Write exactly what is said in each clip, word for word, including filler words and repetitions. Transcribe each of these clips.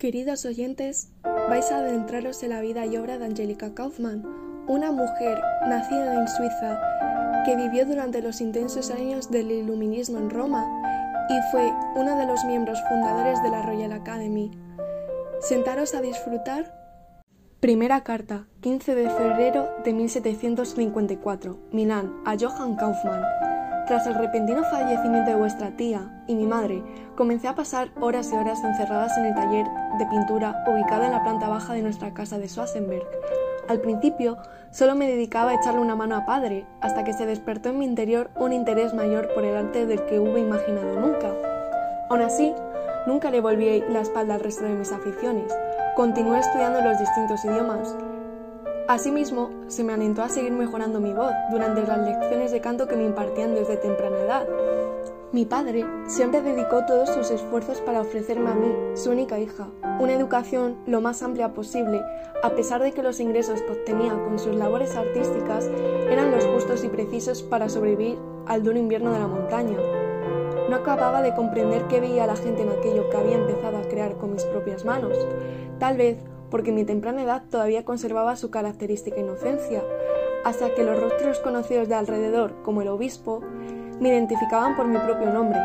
Queridos oyentes, vais a adentraros en la vida y obra de Angelika Kauffmann, una mujer nacida en Suiza que vivió durante los intensos años del Iluminismo en Roma y fue uno de los miembros fundadores de la Royal Academy. Sentaros a disfrutar. Primera carta, quince de febrero de mil setecientos cincuenta y cuatro, Milán, a Johann Kaufmann. Tras el repentino fallecimiento de vuestra tía y mi madre, comencé a pasar horas y horas encerradas en el taller de pintura ubicado en la planta baja de nuestra casa de Schwarzenberg. Al principio, solo me dedicaba a echarle una mano a padre, hasta que se despertó en mi interior un interés mayor por el arte del que hube imaginado nunca. Aún así, nunca le volví la espalda al resto de mis aficiones. Continué estudiando los distintos idiomas. Asimismo, se me alentó a seguir mejorando mi voz durante las lecciones de canto que me impartían desde temprana edad. Mi padre siempre dedicó todos sus esfuerzos para ofrecerme a mí, su única hija, una educación lo más amplia posible, a pesar de que los ingresos que obtenía con sus labores artísticas eran los justos y precisos para sobrevivir al duro invierno de la montaña. No acababa de comprender qué veía la gente en aquello que había empezado a crear con mis propias manos. Tal vez porque mi temprana edad todavía conservaba su característica inocencia, hasta que los rostros conocidos de alrededor, como el obispo, me identificaban por mi propio nombre.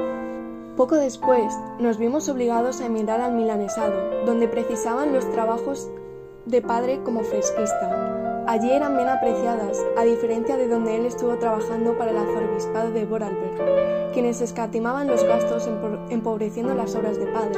Poco después, nos vimos obligados a emigrar al milanesado, donde precisaban los trabajos de padre como fresquista. Allí eran bien apreciadas, a diferencia de donde él estuvo trabajando para el arzobispado de Vorarlberg, quienes escatimaban los gastos empobreciendo las obras de padre.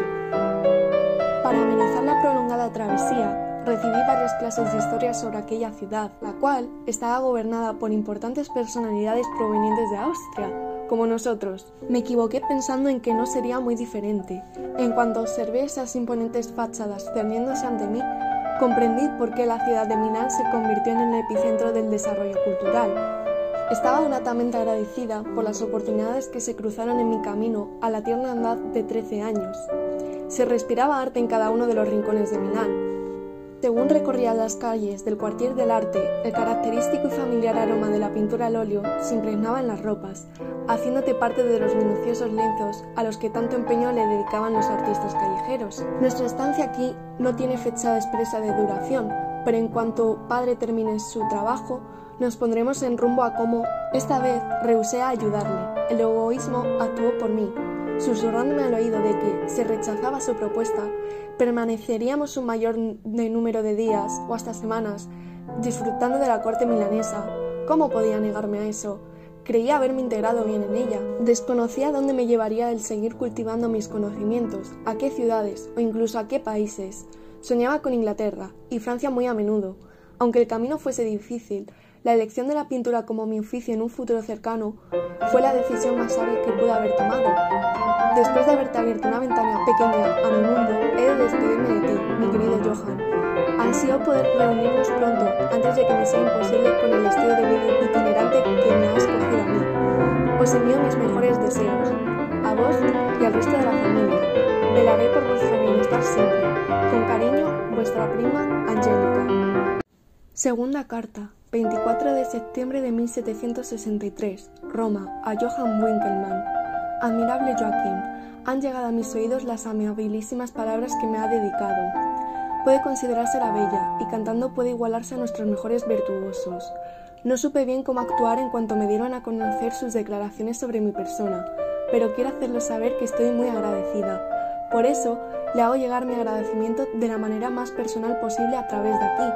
Para amenizar la prolongada travesía, recibí varias clases de historia sobre aquella ciudad, la cual estaba gobernada por importantes personalidades provenientes de Austria, como nosotros. Me equivoqué pensando en que no sería muy diferente. En cuanto observé esas imponentes fachadas cerniéndose ante mí, comprendí por qué la ciudad de Milán se convirtió en el epicentro del desarrollo cultural. Estaba gratamente agradecida por las oportunidades que se cruzaron en mi camino a la tierna edad de trece años. Se respiraba arte en cada uno de los rincones de Milán. Según recorría las calles del Quartier del Arte, el característico y familiar aroma de la pintura al óleo se impregnaba en las ropas, haciéndote parte de los minuciosos lienzos a los que tanto empeño le dedicaban los artistas callejeros. Nuestra estancia aquí no tiene fecha expresa de duración, pero en cuanto padre termine su trabajo, nos pondremos en rumbo a cómo, esta vez, rehusé a ayudarle. El egoísmo actuó por mí, susurrándome al oído de que, si rechazaba su propuesta, permaneceríamos un mayor número de días o hasta semanas disfrutando de la corte milanesa. ¿Cómo podía negarme a eso? Creía haberme integrado bien en ella. Desconocía dónde me llevaría el seguir cultivando mis conocimientos, a qué ciudades o incluso a qué países. Soñaba con Inglaterra y Francia muy a menudo. Aunque el camino fuese difícil, la elección de la pintura como mi oficio en un futuro cercano fue la decisión más sabia que pude haber tomado. Después de haberte abierto una ventana pequeña a mi mundo, he de despedirme de ti, mi querido Johann. Ansío poder reunirnos pronto, antes de que me sea imposible con el estilo de vida itinerante que me ha escogido a mí. Os envío mis mejores deseos, a vos y al resto de la familia. Velaré por vuestro bienestar siempre. Con cariño, vuestra prima, Angelika. Segunda carta, veinticuatro de septiembre de mil setecientos sesenta y tres, Roma, a Johann Winkelmann. Admirable Joaquín, han llegado a mis oídos las amabilísimas palabras que me ha dedicado. Puede considerarse la bella, y cantando puede igualarse a nuestros mejores virtuosos. No supe bien cómo actuar en cuanto me dieron a conocer sus declaraciones sobre mi persona, pero quiero hacerlo saber que estoy muy agradecida. Por eso, le hago llegar mi agradecimiento de la manera más personal posible a través de aquí.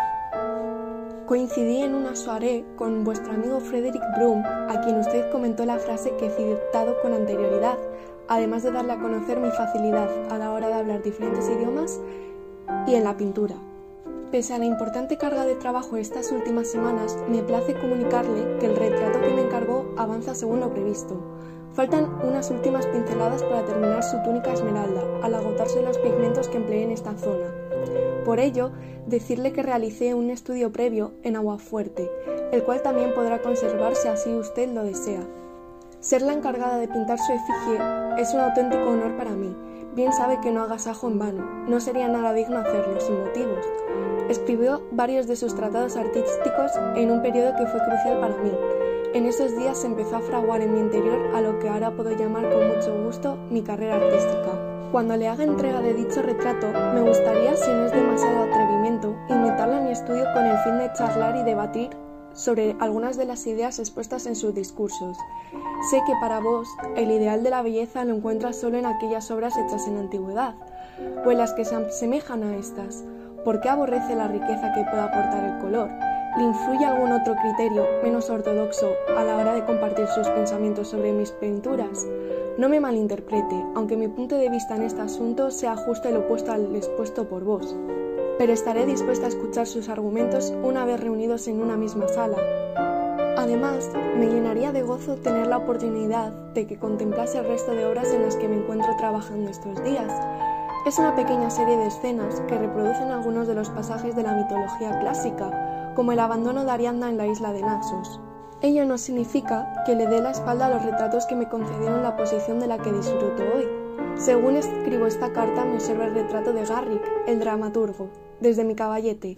Coincidí en una soirée con vuestro amigo Frederick Brum, a quien usted comentó la frase que he citado con anterioridad, además de darle a conocer mi facilidad a la hora de hablar diferentes idiomas y en la pintura. Pese a la importante carga de trabajo estas últimas semanas, me place comunicarle que el retrato que me encargó avanza según lo previsto. Faltan unas últimas pinceladas para terminar su túnica esmeralda, al agotarse los pigmentos que empleé en esta zona. Por ello, decirle que realicé un estudio previo en Aguafuerte, el cual también podrá conservar si así usted lo desea. Ser la encargada de pintar su efigie es un auténtico honor para mí. Bien sabe que no agasajo en vano, no sería nada digno hacerlo sin motivos. Escribió varios de sus tratados artísticos en un periodo que fue crucial para mí. En esos días se empezó a fraguar en mi interior a lo que ahora puedo llamar con mucho gusto mi carrera artística. Cuando le haga entrega de dicho retrato, me gustaría, si no es demasiado atrevimiento, invitarlo a mi estudio con el fin de charlar y debatir sobre algunas de las ideas expuestas en sus discursos. Sé que para vos el ideal de la belleza lo encuentras solo en aquellas obras hechas en la antigüedad, o en las que se asemejan a estas. ¿Por qué aborrece la riqueza que pueda aportar el color? ¿Le influye algún otro criterio menos ortodoxo a la hora de compartir sus pensamientos sobre mis pinturas? No me malinterprete, aunque mi punto de vista en este asunto sea justo el opuesto al expuesto por vos, pero estaré dispuesta a escuchar sus argumentos una vez reunidos en una misma sala. Además, me llenaría de gozo tener la oportunidad de que contemplase el resto de obras en las que me encuentro trabajando estos días. Es una pequeña serie de escenas que reproducen algunos de los pasajes de la mitología clásica, como el abandono de Ariadna en la isla de Naxos. Ello no significa que le dé la espalda a los retratos que me concedieron la posición de la que disfruto hoy. Según escribo esta carta, me observa el retrato de Garrick, el dramaturgo, desde mi caballete.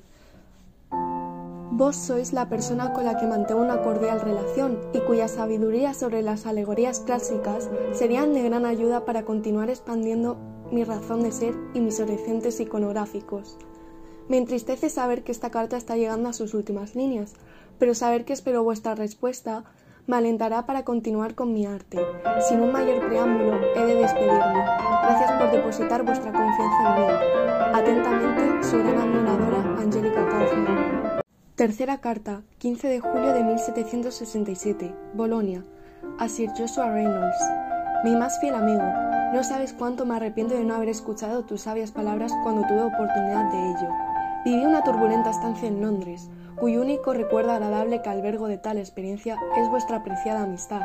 Vos sois la persona con la que mantengo una cordial relación y cuya sabiduría sobre las alegorías clásicas serían de gran ayuda para continuar expandiendo mi razón de ser y mis horizontes iconográficos. Me entristece saber que esta carta está llegando a sus últimas líneas, pero saber que espero vuestra respuesta me alentará para continuar con mi arte. Sin un mayor preámbulo, he de despedirme. Gracias por depositar vuestra confianza en mí. Atentamente, su gran admiradora, Angelica Kaufman. Tercera carta, quince de julio de mil setecientos sesenta y siete, Bolonia, a Sir Joshua Reynolds. Mi más fiel amigo, no sabes cuánto me arrepiento de no haber escuchado tus sabias palabras cuando tuve oportunidad de ello. Viví una turbulenta estancia en Londres, cuyo único recuerdo agradable que albergo de tal experiencia es vuestra apreciada amistad.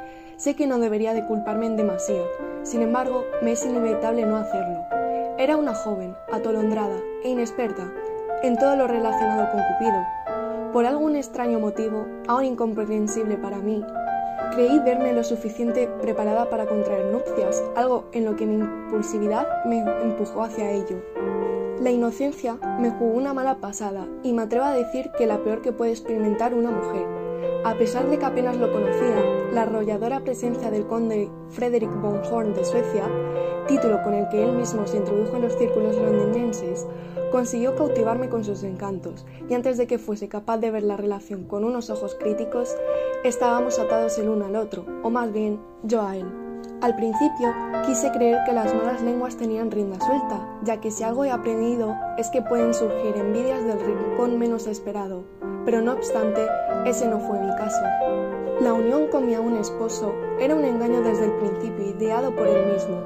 Sé que no debería de culparme en demasía, sin embargo, me es inevitable no hacerlo. Era una joven, atolondrada e inexperta en todo lo relacionado con Cupido. Por algún extraño motivo, aún incomprensible para mí, creí verme lo suficiente preparada para contraer nupcias, algo en lo que mi impulsividad me empujó hacia ello. La inocencia me jugó una mala pasada y me atrevo a decir que la peor que puede experimentar una mujer. A pesar de que apenas lo conocía, la arrolladora presencia del conde Frederick von Horn de Suecia, título con el que él mismo se introdujo en los círculos londinenses, consiguió cautivarme con sus encantos, y antes de que fuese capaz de ver la relación con unos ojos críticos, estábamos atados el uno al otro, o más bien, yo a él. Al principio, quise creer que las malas lenguas tenían rienda suelta, ya que si algo he aprendido es que pueden surgir envidias del rincón menos esperado, pero no obstante, ese no fue mi caso. La unión con mi aún esposo era un engaño desde el principio, ideado por él mismo.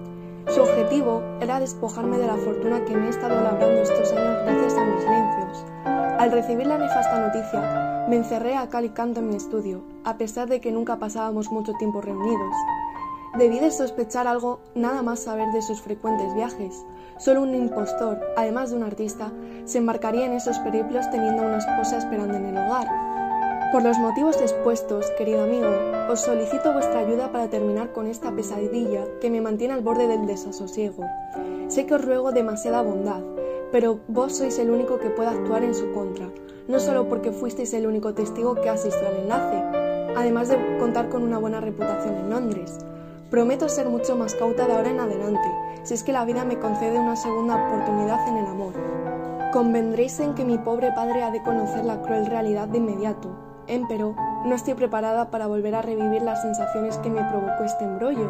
Su objetivo era despojarme de la fortuna que me he estado labrando estos años gracias a mis silencios. Al recibir la nefasta noticia, me encerré a cal y canto en mi estudio, a pesar de que nunca pasábamos mucho tiempo reunidos. Debí de sospechar algo nada más saber de sus frecuentes viajes. Solo un impostor, además de un artista, se embarcaría en esos periplos teniendo a una esposa esperando en el hogar. Por los motivos expuestos, querido amigo, os solicito vuestra ayuda para terminar con esta pesadilla que me mantiene al borde del desasosiego. Sé que os ruego demasiada bondad, pero vos sois el único que puede actuar en su contra, no solo porque fuisteis el único testigo que asistió al enlace, además de contar con una buena reputación en Londres. Prometo ser mucho más cauta de ahora en adelante, si es que la vida me concede una segunda oportunidad en el amor. Convendréis en que mi pobre padre ha de conocer la cruel realidad de inmediato. Empero, no estoy preparada para volver a revivir las sensaciones que me provocó este embrollo.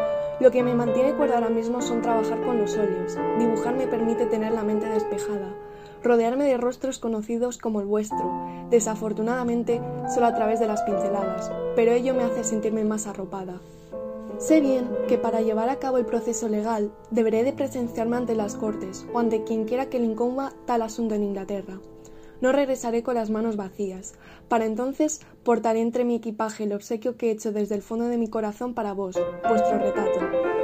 Lo que me mantiene cuerda ahora mismo son trabajar con los óleos. Dibujar me permite tener la mente despejada, rodearme de rostros conocidos como el vuestro, desafortunadamente solo a través de las pinceladas, pero ello me hace sentirme más arropada. Sé bien que para llevar a cabo el proceso legal deberé de presenciarme ante las Cortes o ante quien quiera que le incumba tal asunto en Inglaterra. No regresaré con las manos vacías. Para entonces portaré entre mi equipaje el obsequio que he hecho desde el fondo de mi corazón para vos, vuestro retrato.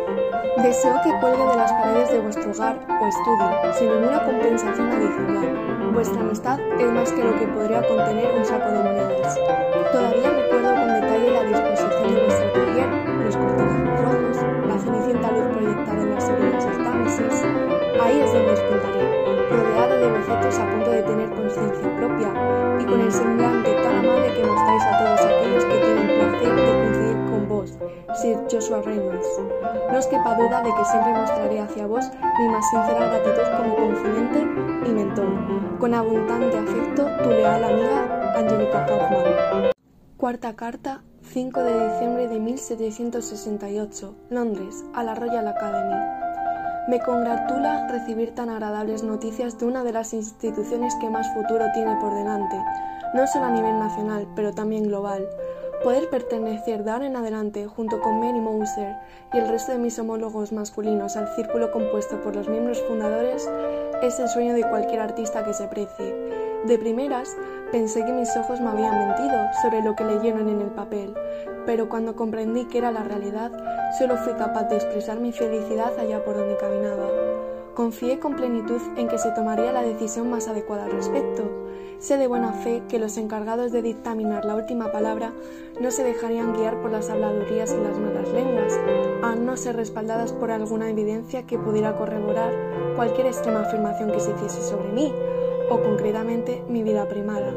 Deseo que cuelgue de las paredes de vuestro hogar o estudio, sin ninguna compensación adicional. Vuestra amistad es más que lo que podría contener un saco de monedas. Todavía recuerdo con detalle la disposición de vuestro taller, los cortinajes rojos, la cenicienta luz proyectada en las orillas del Támesis. Ahí es donde os pintaré, rodeado de bocetos a punto de tener conciencia propia y con el semblante tan amable que mostráis a todos aquellos que tienen placer de coincidir con vos, Sir Joshua Reynolds. No os quepa duda de que siempre mostraré hacia vos mi más sincera gratitud como confidente y mentor. Con abundante afecto, tu leal amiga, Angelica Kauffman. Cuarta carta, cinco de diciembre de mil setecientos sesenta y ocho, Londres, a la Royal Academy. Me congratula recibir tan agradables noticias de una de las instituciones que más futuro tiene por delante, no solo a nivel nacional, pero también global. Poder pertenecer de ahora en adelante, junto con Mary Mouser y el resto de mis homólogos masculinos, al círculo compuesto por los miembros fundadores, es el sueño de cualquier artista que se precie. De primeras, pensé que mis ojos me habían mentido sobre lo que leyeron en el papel, pero cuando comprendí que era la realidad, solo fui capaz de expresar mi felicidad allá por donde caminaba. Confié con plenitud en que se tomaría la decisión más adecuada al respecto. Sé de buena fe que los encargados de dictaminar la última palabra no se dejarían guiar por las habladurías y las malas lenguas, a no ser respaldadas por alguna evidencia que pudiera corroborar cualquier extrema afirmación que se hiciese sobre mí, o concretamente mi vida privada.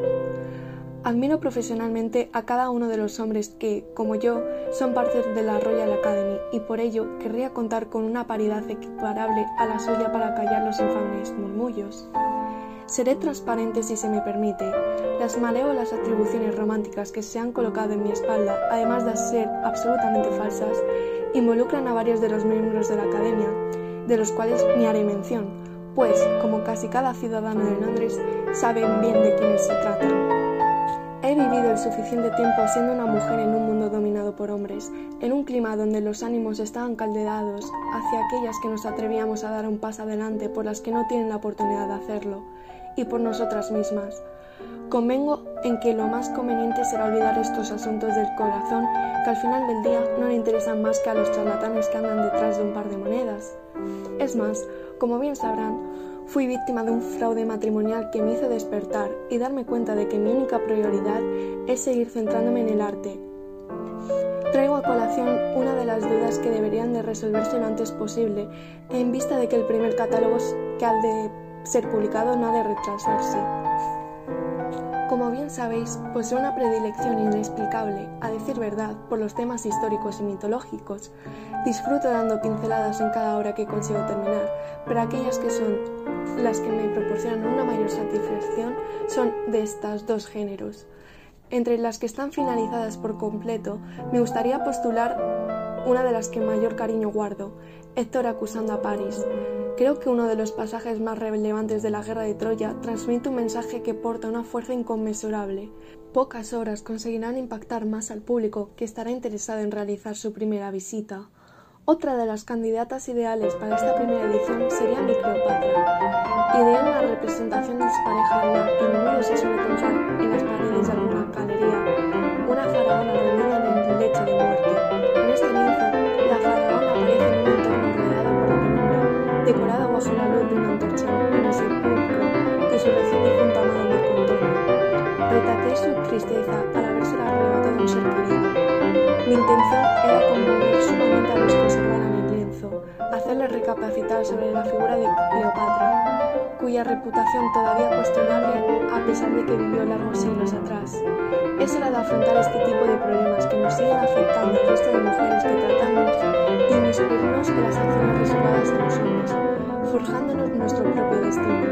Admiro profesionalmente a cada uno de los hombres que, como yo, son parte de la Royal Academy y por ello querría contar con una paridad equiparable a la suya para callar los infames murmullos. Seré transparente si se me permite. Las malévolas atribuciones románticas que se han colocado en mi espalda, además de ser absolutamente falsas, involucran a varios de los miembros de la Academia, de los cuales ni haré mención, pues, como casi cada ciudadano de Londres, saben bien de quiénes se tratan. He vivido el suficiente tiempo siendo una mujer en un mundo dominado por hombres, en un clima donde los ánimos estaban caldeados hacia aquellas que nos atrevíamos a dar un paso adelante por las que no tienen la oportunidad de hacerlo, y por nosotras mismas. Convengo en que lo más conveniente será olvidar estos asuntos del corazón que al final del día no le interesan más que a los charlatanes que andan detrás de un par de monedas. Es más, como bien sabrán, fui víctima de un fraude matrimonial que me hizo despertar y darme cuenta de que mi única prioridad es seguir centrándome en el arte. Traigo a colación una de las dudas que deberían de resolverse lo antes posible, en vista de que el primer catálogo que ha de ser publicado no ha de retrasarse. Como bien sabéis, poseo una predilección inexplicable, a decir verdad, por los temas históricos y mitológicos. Disfruto dando pinceladas en cada obra que consigo terminar, pero aquellas que son las que me proporcionan una mayor satisfacción son de estos dos géneros. Entre las que están finalizadas por completo, me gustaría postular una de las que mayor cariño guardo, Héctor acusando a Paris. Creo que uno de los pasajes más relevantes de la guerra de Troya transmite un mensaje que porta una fuerza inconmensurable. Pocas obras conseguirán impactar más al público que estará interesado en realizar su primera visita. Otra de las candidatas ideales para esta primera edición sería mi Cleopatra. Ideé una representación de su pareja en la que a menudo se suele colgar en las paredes de alguna galería, una faraona dormida en el lecho de muerte. En este lienzo, la faraona aparece en un entorno rodeado por la penumbra, decorada bajo la luz de una antorcha en el sepulcro que su recién difunto amado me contó. Retraté su tristeza al habérsela arrebatado un ser querido. Mi intención era conmover sumamente a los que observaran el lienzo, hacerles recapacitar sobre la figura de Cleopatra, cuya reputación todavía cuestionable a pesar de que vivió largos siglos atrás. Es hora de afrontar este tipo de problemas que nos siguen afectando al resto de mujeres que tratamos y inmiscuirnos en las acciones reservadas a los hombres, forjándonos nuestro propio destino.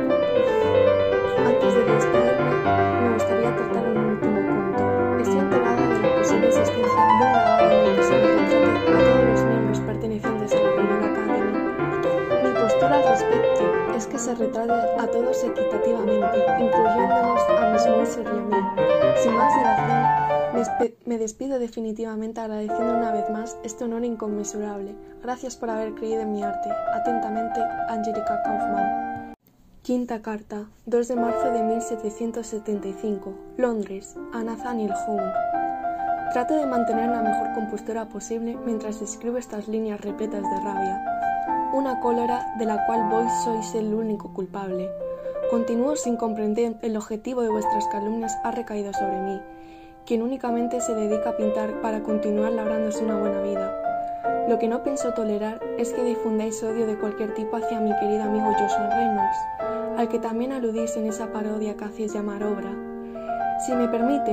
Antes de despedirme, me gustaría tratar un último punto. Estoy enterada de la posible existencia de un grabado en el que se retrate a todos los miembros pertenecientes a la Royal Academy. Mi postura al respecto es que se retrate a todos equitativamente, incluyéndonos a Miss Mouser y a mí. Sin más dilación, me despido definitivamente agradeciendo una vez más este honor inconmensurable. Gracias por haber creído en mi arte. Atentamente, Angelica Kauffman. Quinta carta, dos de marzo de mil setecientos setenta y cinco, Londres, a Nathaniel Hone. Trato de mantener la mejor compostura posible mientras escribo estas líneas repletas de rabia. Una cólera de la cual vos sois el único culpable. Continúo sin comprender el objetivo de vuestras calumnias ha recaído sobre mí, quien únicamente se dedica a pintar para continuar labrándose una buena vida. Lo que no pienso tolerar es que difundáis odio de cualquier tipo hacia mi querido amigo Joshua Reynolds, al que también aludís en esa parodia que hacéis llamar obra. Si me permite,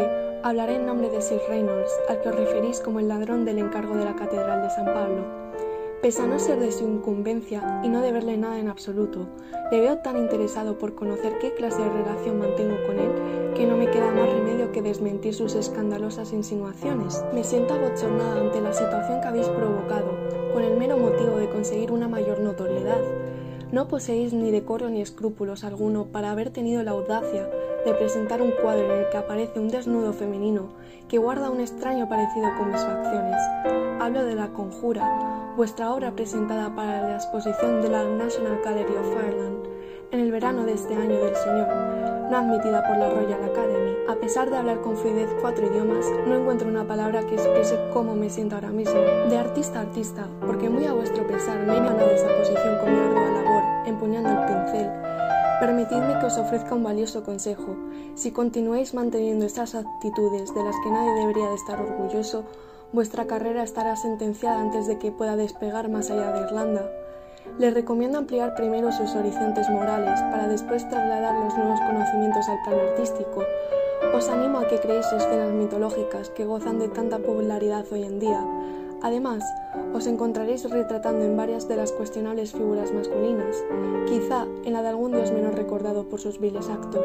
hablaré en nombre de Sir Reynolds, al que os referís como el ladrón del encargo de la Catedral de San Pablo. Pese a no ser de su incumbencia y no deberle nada en absoluto, le veo tan interesado por conocer qué clase de relación mantengo con él que no me queda más remedio que desmentir sus escandalosas insinuaciones. Me siento abochornada ante la situación que habéis provocado, con el mero motivo de conseguir una mayor notoriedad. No poseéis ni decoro ni escrúpulos alguno para haber tenido la audacia de presentar un cuadro en el que aparece un desnudo femenino que guarda un extraño parecido con mis facciones. Hablo de La Conjura, vuestra obra presentada para la exposición de la National Gallery of Ireland en el verano de este año del Señor, no admitida por la Royal Academy. A pesar de hablar con fluidez cuatro idiomas, no encuentro una palabra que exprese cómo me siento ahora mismo. De artista a artista, porque muy a vuestro pesar me he ganado esa posición con mi ardua labor, empuñando el pincel. Permitidme que os ofrezca un valioso consejo. Si continuáis manteniendo esas actitudes de las que nadie debería de estar orgulloso, vuestra carrera estará sentenciada antes de que pueda despegar más allá de Irlanda. Les recomiendo ampliar primero sus horizontes morales para después trasladar los nuevos conocimientos al plano artístico. Os animo a que creéis escenas mitológicas que gozan de tanta popularidad hoy en día. Además, os encontraréis retratando en varias de las cuestionables figuras masculinas, quizá en la de algún dios menos recordado por sus viles actos.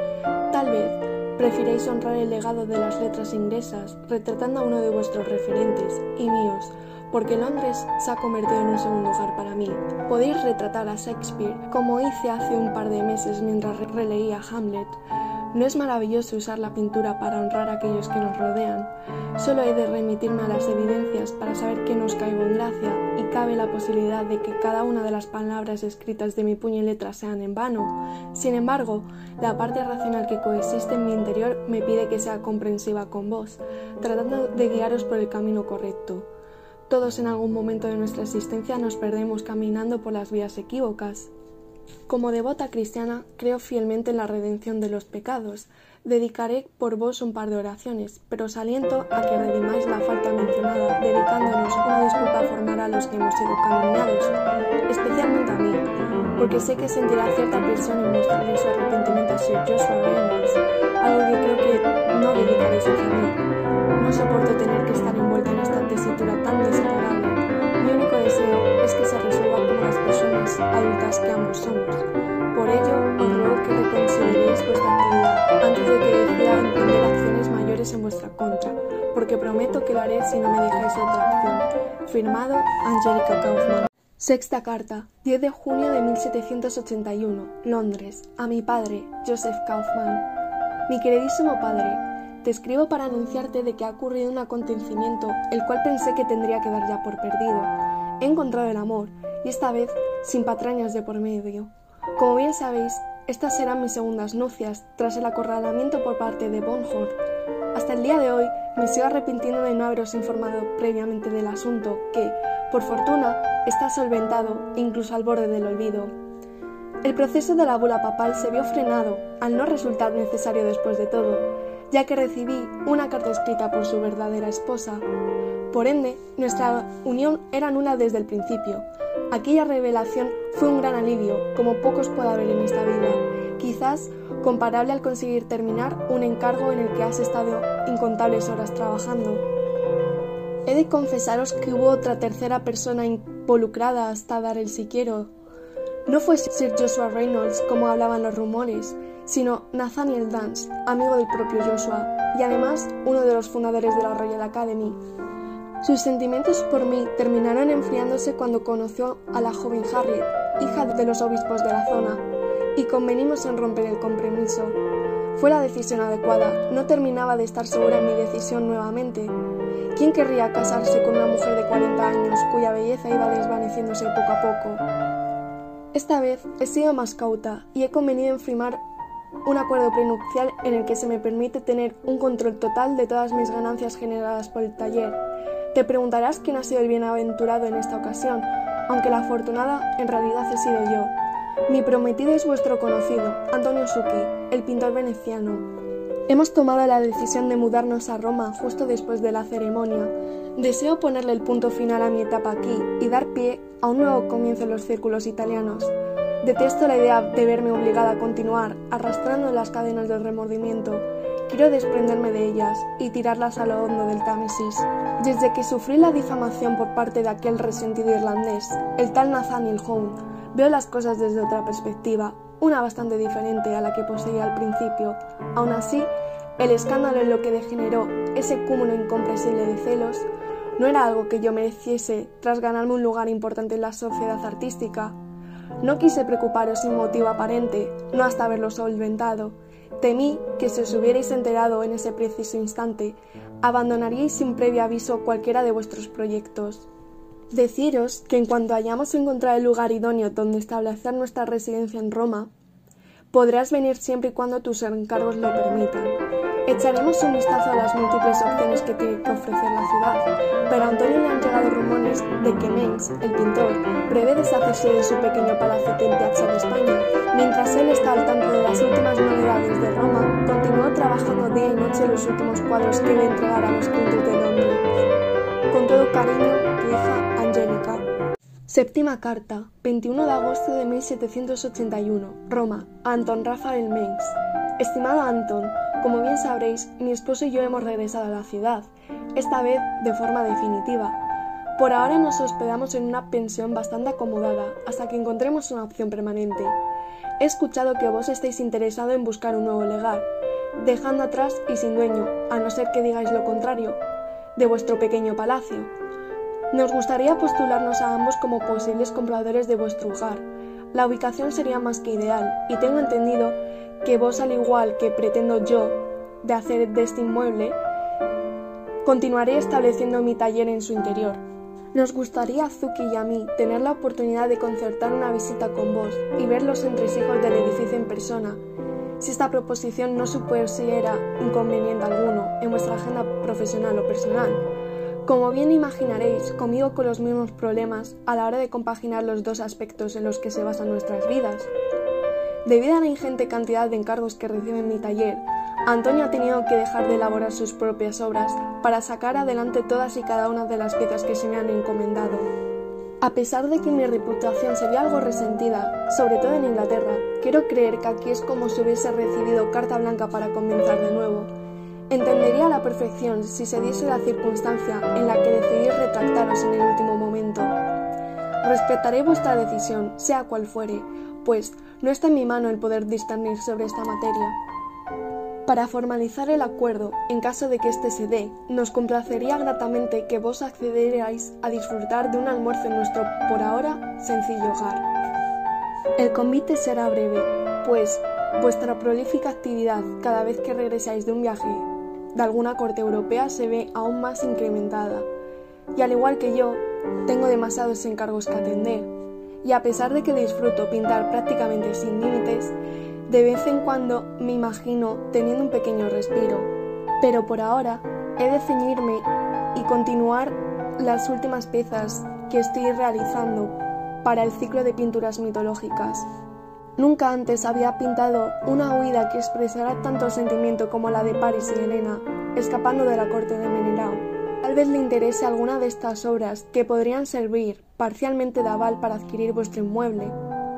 Tal vez prefiréis honrar el legado de las letras inglesas retratando a uno de vuestros referentes y míos, porque Londres se ha convertido en un segundo hogar para mí. Podéis retratar a Shakespeare, como hice hace un par de meses mientras releía Hamlet. ¿No es maravilloso usar la pintura para honrar a aquellos que nos rodean? Solo he de remitirme a las evidencias para saber que no os caigo en gracia, y cabe la posibilidad de que cada una de las palabras escritas de mi puño y letra sean en vano. Sin embargo, la parte racional que coexiste en mi interior me pide que sea comprensiva con vos, tratando de guiaros por el camino correcto. Todos en algún momento de nuestra existencia nos perdemos caminando por las vías equívocas. Como devota cristiana, creo fielmente en la redención de los pecados. Dedicaré por vos un par de oraciones, pero os aliento a que redimáis la falta mencionada, dedicándonos una disculpa formal a los que hemos sido calumniados, especialmente a mí, porque sé que sentirá cierta presión en mostrarle su arrepentimiento a Sir Joshua Reynolds, algo que creo que no dedicaréis hacia mí. No soporto tener que estar envuelta en esta tesitura tan desagradable. Mi único deseo es que se resuelva como las personas adultas que ambos somos. Por ello, os ruego que reconsideréis vuestra actividad antes de que decida emprender acciones mayores en vuestra contra, porque prometo que lo haré si no me dejáis otra acción. Firmado, Angelica Kaufman. Sexta carta, diez de junio de mil setecientos ochenta y uno, Londres, a mi padre, Joseph Kaufman. Mi queridísimo padre, te escribo para anunciarte de que ha ocurrido un acontecimiento el cual pensé que tendría que dar ya por perdido. He encontrado el amor, y esta vez sin patrañas de por medio. Como bien sabéis, estas serán mis segundas nupcias, tras el acorralamiento por parte de Bonhor. Hasta el día de hoy me sigo arrepintiendo de no haberos informado previamente del asunto, que, por fortuna, está solventado, incluso al borde del olvido. El proceso de la bula papal se vio frenado, al no resultar necesario después de todo, ya que recibí una carta escrita por su verdadera esposa. Por ende, nuestra unión era nula desde el principio. Aquella revelación fue un gran alivio, como pocos puede haber en esta vida, quizás comparable al conseguir terminar un encargo en el que has estado incontables horas trabajando. He de confesaros que hubo otra tercera persona involucrada hasta dar el si quiero. No fue Sir Joshua Reynolds, como hablaban los rumores, sino Nathaniel Dance, amigo del propio Joshua, y además uno de los fundadores de la Royal Academy. Sus sentimientos por mí terminaron enfriándose cuando conoció a la joven Harriet, hija de los obispos de la zona, y convenimos en romper el compromiso. Fue la decisión adecuada, no terminaba de estar segura en mi decisión nuevamente. ¿Quién querría casarse con una mujer de cuarenta años cuya belleza iba desvaneciéndose poco a poco? Esta vez he sido más cauta y he convenido en firmar un acuerdo prenupcial en el que se me permite tener un control total de todas mis ganancias generadas por el taller. Te preguntarás quién ha sido el bienaventurado en esta ocasión, aunque la afortunada en realidad he sido yo. Mi prometido es vuestro conocido, Antonio Succhi, el pintor veneciano. Hemos tomado la decisión de mudarnos a Roma justo después de la ceremonia. Deseo ponerle el punto final a mi etapa aquí y dar pie a un nuevo comienzo en los círculos italianos. Detesto la idea de verme obligada a continuar arrastrando las cadenas del remordimiento. quiero desprenderme de ellas y tirarlas a lo hondo del Támesis. Desde que sufrí la difamación por parte de aquel resentido irlandés, el tal Nathaniel Hone, veo las cosas desde otra perspectiva, una bastante diferente a la que poseía al principio. Aún así, el escándalo en lo que degeneró ese cúmulo incomprensible de celos no era algo que yo mereciese tras ganarme un lugar importante en la sociedad artística. No quise preocuparos sin motivo aparente, no hasta haberlo solventado. Temí que si os hubierais enterado en ese preciso instante, abandonaríais sin previo aviso cualquiera de vuestros proyectos. Deciros que en cuanto hayamos encontrado el lugar idóneo donde establecer nuestra residencia en Roma, podrás venir siempre y cuando tus encargos lo permitan. Echaremos un vistazo a las múltiples opciones que tiene que ofrecer la ciudad, pero a Antonio le han llegado rumores de que Mengs, el pintor, prevé deshacerse de su pequeño palacete en Piazza de España. Mientras él está al tanto de las últimas novedades de Roma, continuó trabajando día y noche los últimos cuadros que le entregará a los clientes de Londres. Con todo cariño, tu hija Angélica. Séptima carta, veintiuno de agosto de mil setecientos ochenta y uno, Roma, a Anton Raphael Mengs. Estimado Anton, como bien sabréis, mi esposo y yo hemos regresado a la ciudad, esta vez de forma definitiva. Por ahora nos hospedamos en una pensión bastante acomodada, hasta que encontremos una opción permanente. He escuchado que vos estáis interesado en buscar un nuevo legar, dejando atrás y sin dueño, a no ser que digáis lo contrario, de vuestro pequeño palacio. Nos gustaría postularnos a ambos como posibles compradores de vuestro hogar. La ubicación sería más que ideal, y tengo entendido que vos, al igual que pretendo yo de hacer de este inmueble, continuaré estableciendo mi taller en su interior. Nos gustaría a Zuki y a mí tener la oportunidad de concertar una visita con vos y ver los entresijos del edificio en persona, si esta proposición no supusiera inconveniente alguno en vuestra agenda profesional o personal. Como bien imaginaréis, conmigo con los mismos problemas a la hora de compaginar los dos aspectos en los que se basan nuestras vidas. Debido a la ingente cantidad de encargos que recibe en mi taller, Antonio ha tenido que dejar de elaborar sus propias obras para sacar adelante todas y cada una de las piezas que se me han encomendado. A pesar de que mi reputación se ve algo resentida, sobre todo en Inglaterra, quiero creer que aquí es como si hubiese recibido carta blanca para comenzar de nuevo. Entendería a la perfección si se diese la circunstancia en la que decidís retractaros en el último momento. Respetaré vuestra decisión, sea cual fuere, pues no está en mi mano el poder discernir sobre esta materia. Para formalizar el acuerdo, en caso de que éste se dé, nos complacería gratamente que vos accederáis a disfrutar de un almuerzo en nuestro, por ahora, sencillo hogar. El convite será breve, pues vuestra prolífica actividad cada vez que regresáis de un viaje de alguna corte europea se ve aún más incrementada, y al igual que yo, tengo demasiados encargos que atender, y a pesar de que disfruto pintar prácticamente sin límites, de vez en cuando me imagino teniendo un pequeño respiro, pero por ahora he de ceñirme y continuar las últimas piezas que estoy realizando para el ciclo de pinturas mitológicas. Nunca antes había pintado una huida que expresara tanto sentimiento como la de Paris y Helena, escapando de la corte de Menelao. Tal vez le interese alguna de estas obras que podrían servir parcialmente de aval para adquirir vuestro inmueble.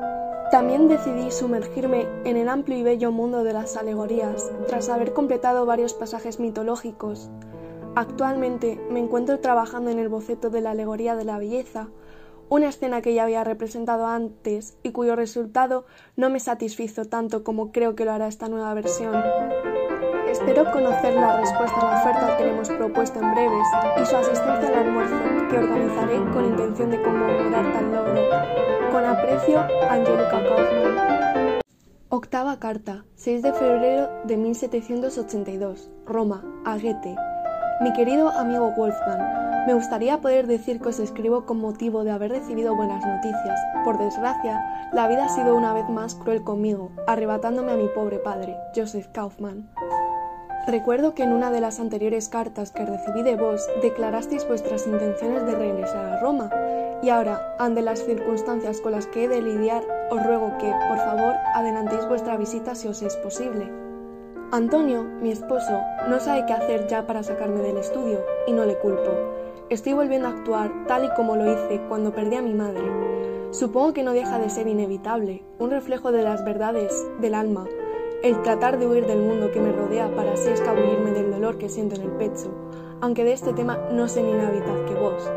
También decidí sumergirme en el amplio y bello mundo de las alegorías, tras haber completado varios pasajes mitológicos. Actualmente me encuentro trabajando en el boceto de la alegoría de la belleza, una escena que ya había representado antes y cuyo resultado no me satisfizo tanto como creo que lo hará esta nueva versión. Espero conocer la respuesta a la oferta que le hemos propuesto en breves y su asistencia al almuerzo, que organizaré con intención de conmemorar tal logro. Con aprecio, Angélica Kaufmann. Octava carta, seis de febrero de mil setecientos ochenta y dos, Roma, a Goethe. Mi querido amigo Wolfgang, me gustaría poder decir que os escribo con motivo de haber recibido buenas noticias. Por desgracia, la vida ha sido una vez más cruel conmigo, arrebatándome a mi pobre padre, Joseph Kaufmann. Recuerdo que en una de las anteriores cartas que recibí de vos declarasteis vuestras intenciones de regresar a Roma, y ahora, ante las circunstancias con las que he de lidiar, os ruego que, por favor, adelantéis vuestra visita si os es posible. Antonio, mi esposo, no sabe qué hacer ya para sacarme del estudio, y no le culpo. Estoy volviendo a actuar tal y como lo hice cuando perdí a mi madre. Supongo que no deja de ser inevitable, un reflejo de las verdades del alma, el tratar de huir del mundo que me rodea para así escabullirme del dolor que siento en el pecho, aunque de este tema no sé ni la mitad que vos.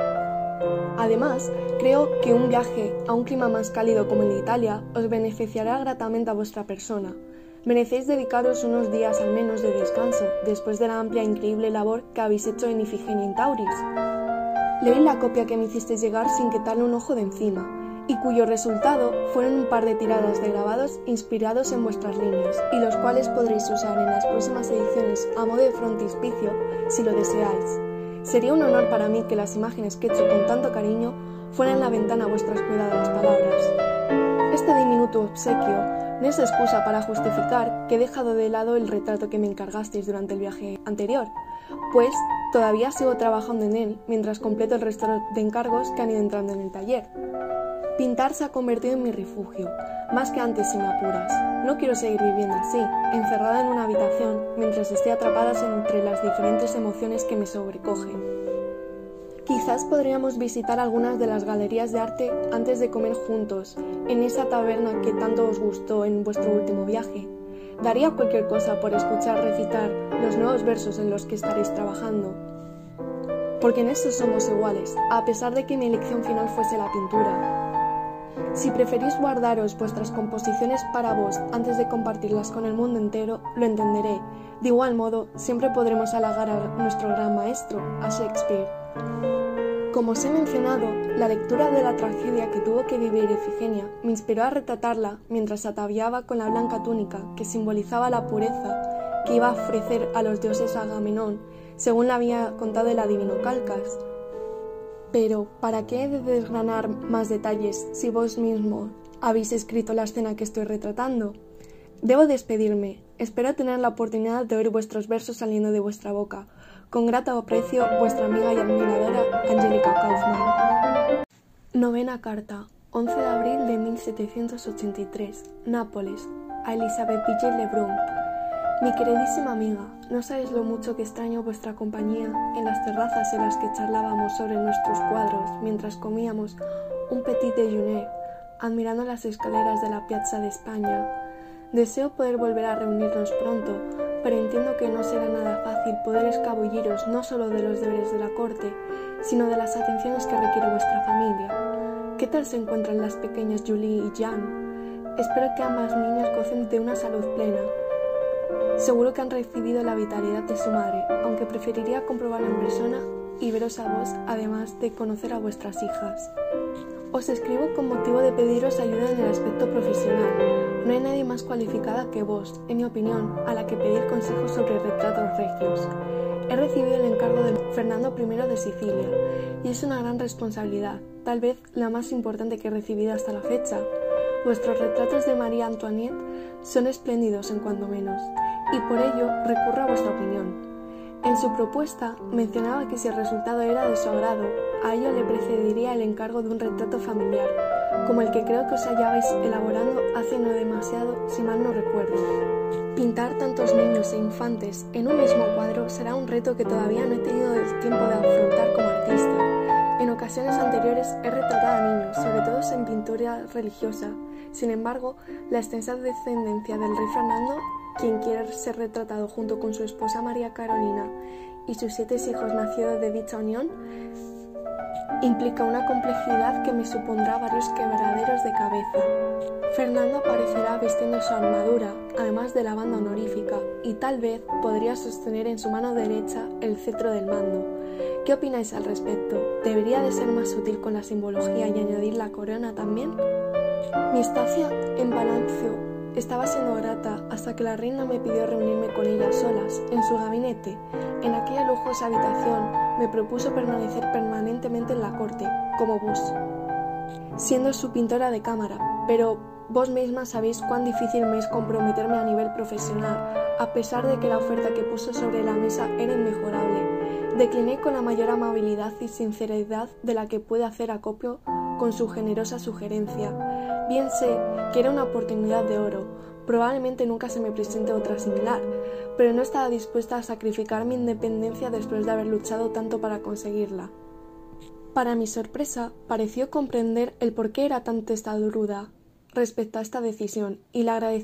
Además, creo que un viaje a un clima más cálido como el de Italia os beneficiará gratamente a vuestra persona. Merecéis dedicaros unos días al menos de descanso, después de la amplia e increíble labor que habéis hecho en Ifigenia in Tauris. Leí la copia que me hicisteis llegar sin quitarle un ojo de encima, y cuyo resultado fueron un par de tiradas de grabados inspirados en vuestras líneas, y los cuales podréis usar en las próximas ediciones a modo de frontispicio si lo deseáis. Sería un honor para mí que las imágenes que he hecho con tanto cariño fueran la ventana a vuestras cuidadas palabras. Este diminuto obsequio no es excusa para justificar que he dejado de lado el retrato que me encargasteis durante el viaje anterior, pues todavía sigo trabajando en él mientras completo el resto de encargos que han ido entrando en el taller. Pintar se ha convertido en mi refugio, más que antes si me apuras. No quiero seguir viviendo así, encerrada en una habitación, mientras esté atrapada entre las diferentes emociones que me sobrecogen. Quizás podríamos visitar algunas de las galerías de arte antes de comer juntos, en esa taberna que tanto os gustó en vuestro último viaje. Daría cualquier cosa por escuchar recitar los nuevos versos en los que estaréis trabajando. Porque en esto somos iguales, a pesar de que mi elección final fuese la pintura. Si preferís guardaros vuestras composiciones para vos antes de compartirlas con el mundo entero, lo entenderé. De igual modo, siempre podremos halagar a nuestro gran maestro, a Shakespeare. Como os he mencionado, la lectura de la tragedia que tuvo que vivir Ifigenia me inspiró a retratarla mientras ataviaba con la blanca túnica que simbolizaba la pureza que iba a ofrecer a los dioses Agamenón, según le había contado el adivino Calcas. Pero, ¿para qué he de desgranar más detalles si vos mismo habéis escrito la escena que estoy retratando? Debo despedirme. Espero tener la oportunidad de oír vuestros versos saliendo de vuestra boca. Con grato aprecio, vuestra amiga y admiradora, Angélica Kaufmann. Novena carta, once de abril de mil setecientos ochenta y tres, Nápoles, a Elizabeth Vigée Lebrun. Mi queridísima amiga, no sabéis lo mucho que extraño vuestra compañía en las terrazas en las que charlábamos sobre nuestros cuadros mientras comíamos un petit déjeuner, admirando las escaleras de la Piazza de España. Deseo poder volver a reunirnos pronto, pero entiendo que no será nada fácil poder escabulliros no solo de los deberes de la corte, sino de las atenciones que requiere vuestra familia. ¿Qué tal se encuentran las pequeñas Julie y Jan? Espero que ambas niñas gocen de una salud plena. Seguro que han recibido la vitalidad de su madre, aunque preferiría comprobarlo en persona y veros a vos, además de conocer a vuestras hijas. Os escribo con motivo de pediros ayuda en el aspecto profesional. No hay nadie más cualificada que vos, en mi opinión, a la que pedir consejos sobre retratos regios. He recibido el encargo de Fernando primero de Sicilia, y es una gran responsabilidad, tal vez la más importante que he recibido hasta la fecha. Vuestros retratos de María Antoinette son espléndidos en cuanto menos, y por ello recurro a vuestra opinión. En su propuesta mencionaba que si el resultado era de su agrado, a ello le precedería el encargo de un retrato familiar, como el que creo que os hallabais elaborando hace no demasiado, si mal no recuerdo. Pintar tantos niños e infantes en un mismo cuadro será un reto que todavía no he tenido el tiempo de afrontar como artista. En ocasiones anteriores he retratado a niños, sobre todo en pintura religiosa. Sin embargo, la extensa descendencia del rey Fernando, quien quiere ser retratado junto con su esposa María Carolina y sus siete hijos nacidos de dicha unión, implica una complejidad que me supondrá varios quebraderos de cabeza. Fernando aparecerá vistiendo su armadura, además de la banda honorífica, y tal vez podría sostener en su mano derecha el cetro del mando. ¿Qué opináis al respecto? ¿Debería de ser más sutil con la simbología y añadir la corona también? Mi estancia en Palacio estaba siendo grata hasta que la reina me pidió reunirme con ella solas, en su gabinete. En aquella lujosa habitación me propuso permanecer permanentemente en la corte, como vos, siendo su pintora de cámara, pero vos misma sabéis cuán difícil me es comprometerme a nivel profesional, a pesar de que la oferta que puso sobre la mesa era inmejorable. Decliné con la mayor amabilidad y sinceridad de la que puede hacer acopio con su generosa sugerencia. Bien sé que era una oportunidad de oro, probablemente nunca se me presente otra similar, pero no estaba dispuesta a sacrificar mi independencia después de haber luchado tanto para conseguirla. Para mi sorpresa, pareció comprender el por qué era tan testaruda respecto a esta decisión, y le agradecí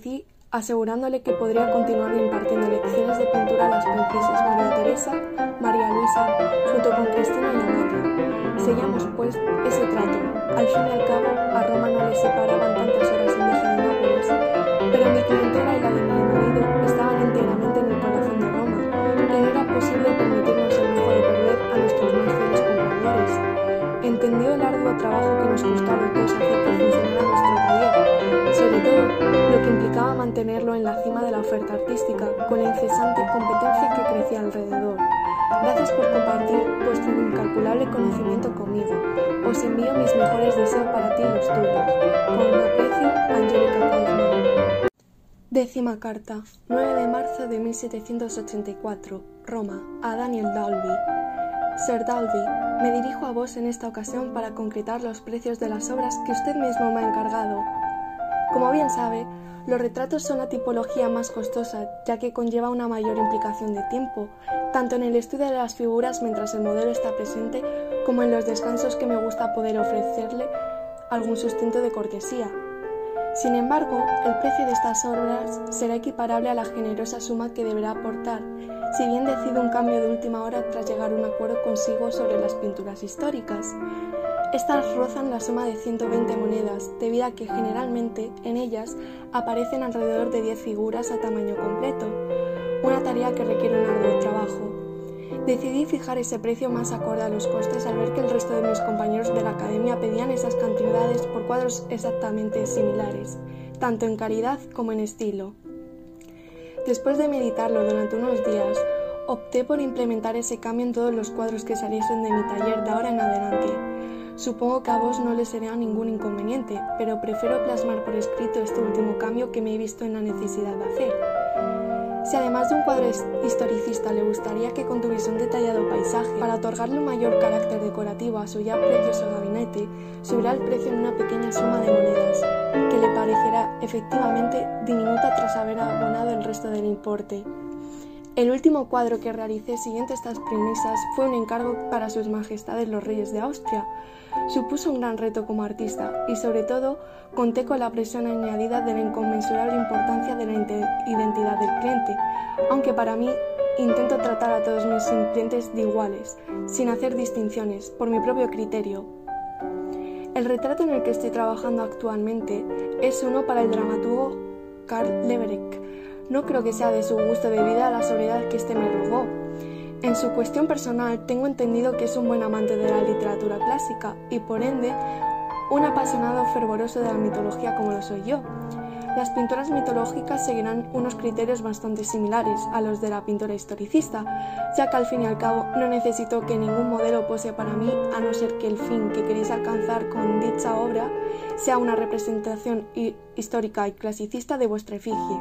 asegurándole que podría continuar impartiendo lecciones de pintura a las princesas María Teresa, María Luisa, junto con Cristina y Amalia. Sellamos, pues, ese trato. Al fin y al cabo, a Roma no le separaban tantas horas en viaje de Nápoles, pero mi clientela y la de mi marido estaban íntegramente en el corazón de Roma, y no era posible permitirnos el lujo de perder a nuestros más fieles compradores. Entendió el arduo trabajo que nos costó a los dos hacer que funcionara nuestro taller, sobre todo lo que implicaba mantenerlo en la cima de la oferta artística, con la incesante competencia que crecía alrededor. Gracias por compartir vuestro incalculable conocimiento conmigo. Os envío mis mejores deseos para ti y los tuyos. Con aprecio, Angelica Kaufman. Décima carta, nueve de marzo de mil setecientos ochenta y cuatro, Roma, a Daniel Dalby. Sir Dalby, me dirijo a vos en esta ocasión para concretar los precios de las obras que usted mismo me ha encargado. Como bien sabe, los retratos son la tipología más costosa, ya que conlleva una mayor implicación de tiempo, tanto en el estudio de las figuras mientras el modelo está presente, como en los descansos que me gusta poder ofrecerle algún sustento de cortesía. Sin embargo, el precio de estas obras será equiparable a la generosa suma que deberá aportar, si bien decido un cambio de última hora tras llegar a un acuerdo consigo sobre las pinturas históricas. Estas rozan la suma de ciento veinte monedas, debido a que generalmente en ellas aparecen alrededor de diez figuras a tamaño completo, una tarea que requiere un arduo trabajo. Decidí fijar ese precio más acorde a los costes al ver que el resto de mis compañeros de la academia pedían esas cantidades por cuadros exactamente similares, tanto en calidad como en estilo. Después de meditarlo durante unos días, opté por implementar ese cambio en todos los cuadros que saliesen de mi taller de ahora en adelante. Supongo que a vos no le sería ningún inconveniente, pero prefiero plasmar por escrito este último cambio que me he visto en la necesidad de hacer. Si además de un cuadro historicista le gustaría que contuviese un detallado paisaje, para otorgarle un mayor carácter decorativo a su ya precioso gabinete, subirá el precio en una pequeña suma de monedas, que le parecerá efectivamente diminuta tras haber abonado el resto del importe. El último cuadro que realicé siguiendo estas premisas fue un encargo para sus majestades los reyes de Austria. Supuso un gran reto como artista y, sobre todo, conté con la presión añadida de la inconmensurable importancia de la identidad del cliente, aunque para mí intento tratar a todos mis clientes de iguales, sin hacer distinciones, por mi propio criterio. El retrato en el que estoy trabajando actualmente es uno para el dramaturgo Karl Leverek. No creo que sea de su gusto debido a la sobriedad que éste me rogó. En su cuestión personal, tengo entendido que es un buen amante de la literatura clásica y, por ende, un apasionado fervoroso de la mitología como lo soy yo. Las pinturas mitológicas seguirán unos criterios bastante similares a los de la pintura historicista, ya que al fin y al cabo no necesito que ningún modelo pose para mí, a no ser que el fin que queréis alcanzar con dicha obra sea una representación histórica y clasicista de vuestra efigie.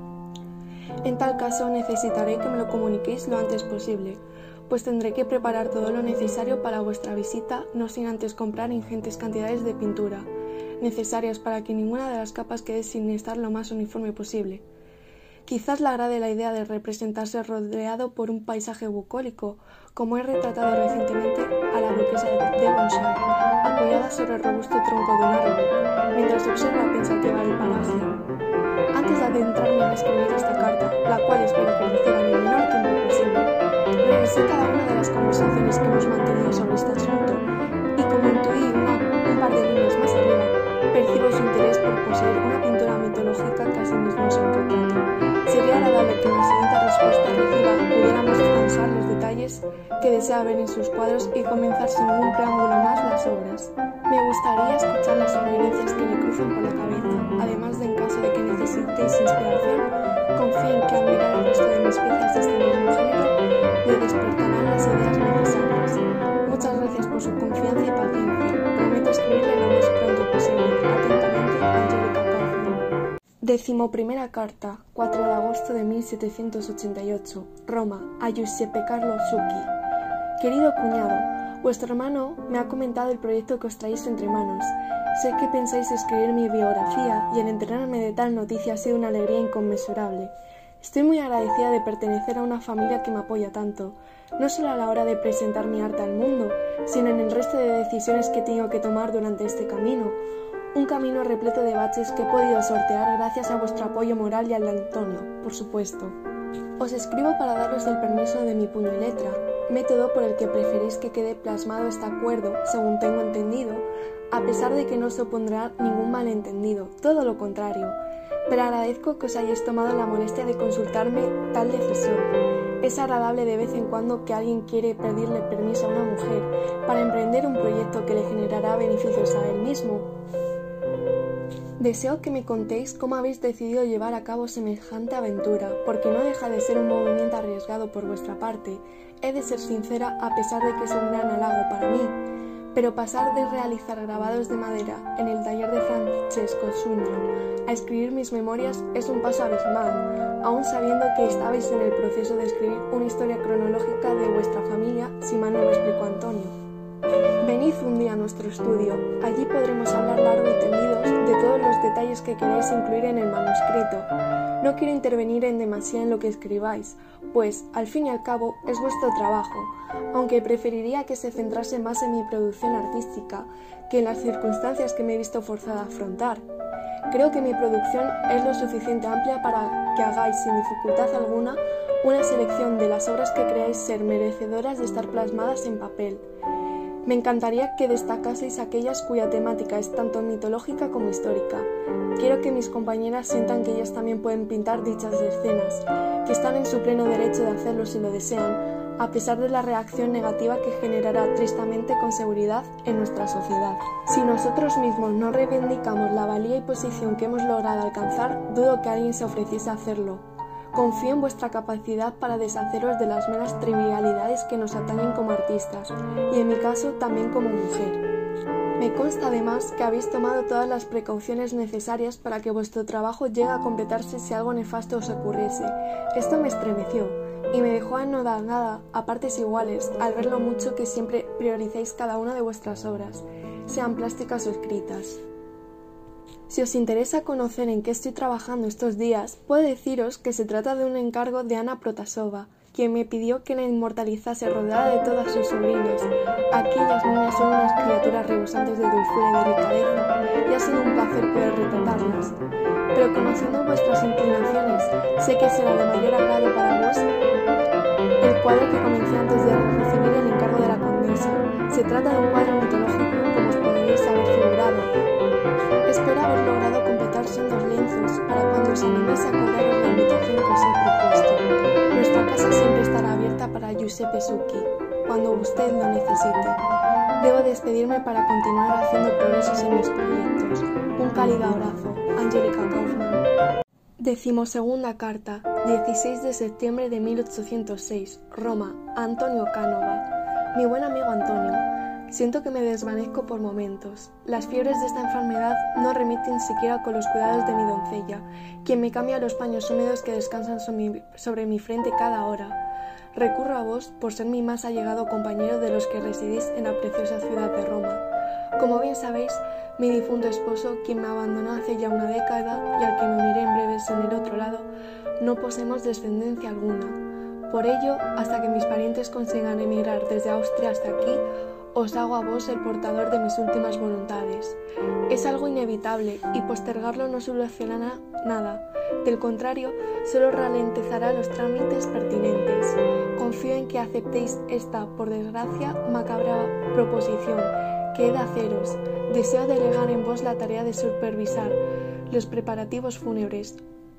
En tal caso, necesitaré que me lo comuniquéis lo antes posible, pues tendré que preparar todo lo necesario para vuestra visita, no sin antes comprar ingentes cantidades de pintura, necesarias para que ninguna de las capas quede sin estar lo más uniforme posible. Quizás le agrade la idea de representarse rodeado por un paisaje bucólico, como he retratado recientemente a la duquesa de Devonshire, apoyada sobre el robusto tronco de un árbol, mientras observa pensativa el paraje. Antes de adentrarme en escribir esta carta, la cual espero que reciba en el menor tiempo posible, revisé cada una de las conversaciones que hemos mantenido sobre este asunto, y como intuí una, un par de líneas más arriba, percibo su interés por poseer una pintura mitológica que asimismo es un retrato. Sería agradable que en la siguiente respuesta reciba pudiéramos descansar los detalles que desea ver en sus cuadros y comenzar sin ningún preámbulo más las obras. Me gustaría escuchar las sugerencias que le crucen por la cabeza, además de, en caso de que necesitéis inspiración, confío en que al mirar el resto de mis piezas de este mismo género le despertarán las ideas necesarias. Muchas gracias por su confianza y paciencia. Prometo escribirle lo más pronto posible. Atentamente, Angelica Kaufman. Decimoprimera carta, cuatro de agosto de mil setecientos ochenta y ocho, Roma, a Giuseppe Carlo Zucchi. Querido cuñado, vuestro hermano me ha comentado el proyecto que os traéis entre manos. Sé que pensáis escribir mi biografía y el enterarme de tal noticia ha sido una alegría inconmensurable. Estoy muy agradecida de pertenecer a una familia que me apoya tanto, no solo a la hora de presentar mi arte al mundo, sino en el resto de decisiones que he tenido que tomar durante este camino. Un camino repleto de baches que he podido sortear gracias a vuestro apoyo moral y al de Antonio, por supuesto. Os escribo para daros el permiso de mi puño y letra, método por el que preferís que quede plasmado este acuerdo, según tengo entendido, a pesar de que no se opondrá ningún malentendido, todo lo contrario. Pero agradezco que os hayáis tomado la molestia de consultarme tal decisión. Es agradable de vez en cuando que alguien quiere pedirle permiso a una mujer para emprender un proyecto que le generará beneficios a él mismo. Deseo que me contéis cómo habéis decidido llevar a cabo semejante aventura, porque no deja de ser un movimiento arriesgado por vuestra parte. He de ser sincera a pesar de que es un gran halago para mí. Pero pasar de realizar grabados de madera en el taller de Francesco Sugno a escribir mis memorias es un paso abismal, aun sabiendo que estabais en el proceso de escribir una historia cronológica de vuestra familia, si mal no lo explicó Antonio. Venid un día a nuestro estudio, allí podremos hablar largo y tendido de todos los detalles que queréis incluir en el manuscrito. No quiero intervenir en demasía en lo que escribáis, pues, al fin y al cabo, es vuestro trabajo, aunque preferiría que se centrase más en mi producción artística que en las circunstancias que me he visto forzada a afrontar. Creo que mi producción es lo suficiente amplia para que hagáis sin dificultad alguna una selección de las obras que creáis ser merecedoras de estar plasmadas en papel. Me encantaría que destacaseis aquellas cuya temática es tanto mitológica como histórica. Quiero que mis compañeras sientan que ellas también pueden pintar dichas escenas, que están en su pleno derecho de hacerlo si lo desean, a pesar de la reacción negativa que generará tristemente con seguridad en nuestra sociedad. Si nosotros mismos no reivindicamos la valía y posición que hemos logrado alcanzar, dudo que alguien se ofreciese a hacerlo. Confío en vuestra capacidad para deshaceros de las meras trivialidades que nos atañen como artistas, y en mi caso también como mujer. Me consta además que habéis tomado todas las precauciones necesarias para que vuestro trabajo llegue a completarse si algo nefasto os ocurriese. Esto me estremeció y me dejó anodada a partes iguales al ver lo mucho que siempre priorizáis cada una de vuestras obras, sean plásticas o escritas. Si os interesa conocer en qué estoy trabajando estos días, puedo deciros que se trata de un encargo de Ana Protasova, quien me pidió que la inmortalizase rodeada de todas sus sobrinas. Aquellas niñas son unas criaturas rebosantes de dulzura y delicadeza, y ha sido un placer poder retratarlas. Pero conociendo vuestras inclinaciones, sé que será de mayor agrado para vos el cuadro que comencé antes de recibir el encargo de la condesa. Se trata de un cuadro mitológico, como os podréis haber figurado. Espero haber logrado completar sendos lienzos para cuando os animéis a acordaros la invitación que os he propuesto. Nuestra casa siempre estará abierta para Giuseppe Succhi, cuando usted lo necesite. Debo despedirme para continuar haciendo progresos en mis proyectos. Un cálido abrazo, Angelica Kauffman. Decimosegunda carta, dieciséis de septiembre de mil ochocientos seis, Roma, Antonio Canova. Mi buen amigo Antonio, siento que me desvanezco por momentos. Las fiebres de esta enfermedad no remiten siquiera con los cuidados de mi doncella, quien me cambia los paños húmedos que descansan sobre mi frente cada hora. Recurro a vos por ser mi más allegado compañero de los que residís en la preciosa ciudad de Roma. Como bien sabéis, mi difunto esposo, quien me abandonó hace ya una década y al que me uniré en breves en el otro lado, no poseemos descendencia alguna. Por ello, hasta que mis parientes consigan emigrar desde Austria hasta aquí, os hago a vos el portador de mis últimas voluntades. Es algo inevitable y postergarlo no solucionará nada. Del contrario, solo ralentizará los trámites pertinentes. Confío en que aceptéis esta, por desgracia, macabra proposición que he de haceros. Deseo delegar en vos la tarea de supervisar los preparativos fúnebres.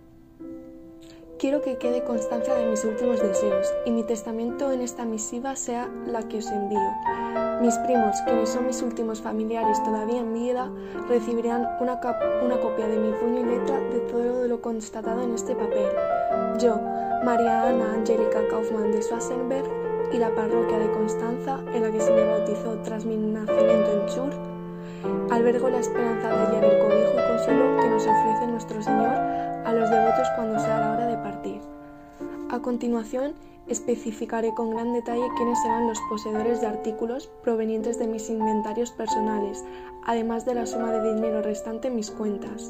Quiero que quede constancia de mis últimos deseos y mi testamento en esta misiva sea la que os envío. Mis primos, quienes son mis últimos familiares todavía en vida, recibirán una, una copia de mi puño y letra de todo lo constatado en este papel. Yo, María Ana Angelica Kauffman de Schwarzenberg, y la parroquia de Constanza, en la que se me bautizó tras mi nacimiento en Chur, albergo la esperanza de hallar el cobijo y consuelo que nos ofrece nuestro Señor a los devotos cuando sea la hora de partir. A continuación, especificaré con gran detalle quiénes serán los poseedores de artículos provenientes de mis inventarios personales, además de la suma de dinero restante en mis cuentas.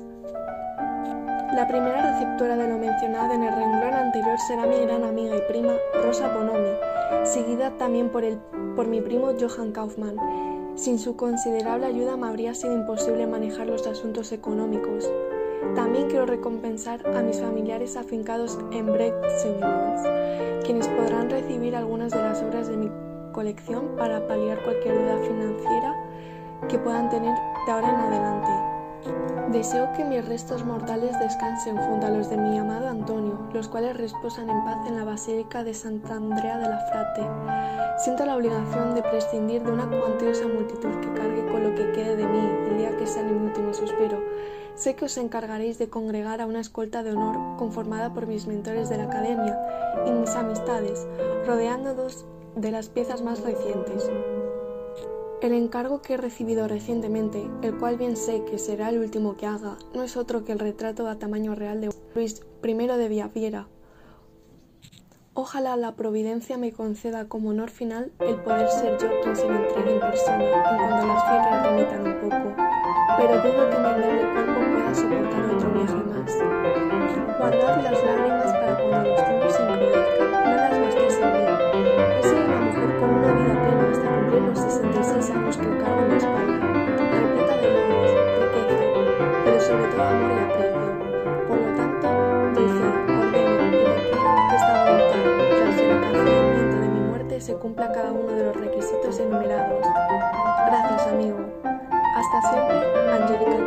La primera receptora de lo mencionado en el renglón anterior será mi gran amiga y prima Rosa Bonomi, seguida también por, el, por mi primo Johann Kaufmann. Sin su considerable ayuda me habría sido imposible manejar los asuntos económicos. También quiero recompensar a mis familiares afincados en Brexit, quienes podrán recibir algunas de las obras de mi colección para paliar cualquier duda financiera que puedan tener de ahora en adelante. Deseo que mis restos mortales descansen junto a los de mi amado Antonio, los cuales reposan en paz en la Basílica de Santa Andrea de la Frate. Siento la obligación de prescindir de una cuantiosa multitud que cargue con lo que quede de mí el día que sale mi último suspiro. Sé que os encargaréis de congregar a una escolta de honor conformada por mis mentores de la academia y mis amistades, rodeándonos de las piezas más recientes. El encargo que he recibido recientemente, el cual bien sé que será el último que haga, no es otro que el retrato a tamaño real de Luis primero de Baviera. Ojalá la providencia me conceda como honor final el poder ser yo quien se me entregue en persona en cuanto las fiebres remitan un poco, pero dudo que mi endeble cuerpo pueda soportar otro viaje más. Guardad las lágrimas para cuando los tiempos se encrudezcan, no las gastéis en mí. He sido una mujer con una vida plena hasta cumplir los sesenta y seis años que cargo en la espalda, repleta de logros, riqueza, pero sobre todo amor y aprecio. Por lo tanto, dulce, ordeno y requiero que esta voluntad, tras el aconocimiento de mi muerte, se cumpla cada uno de los requisitos enumerados. Gracias, amigo. Hasta siempre, Angélica.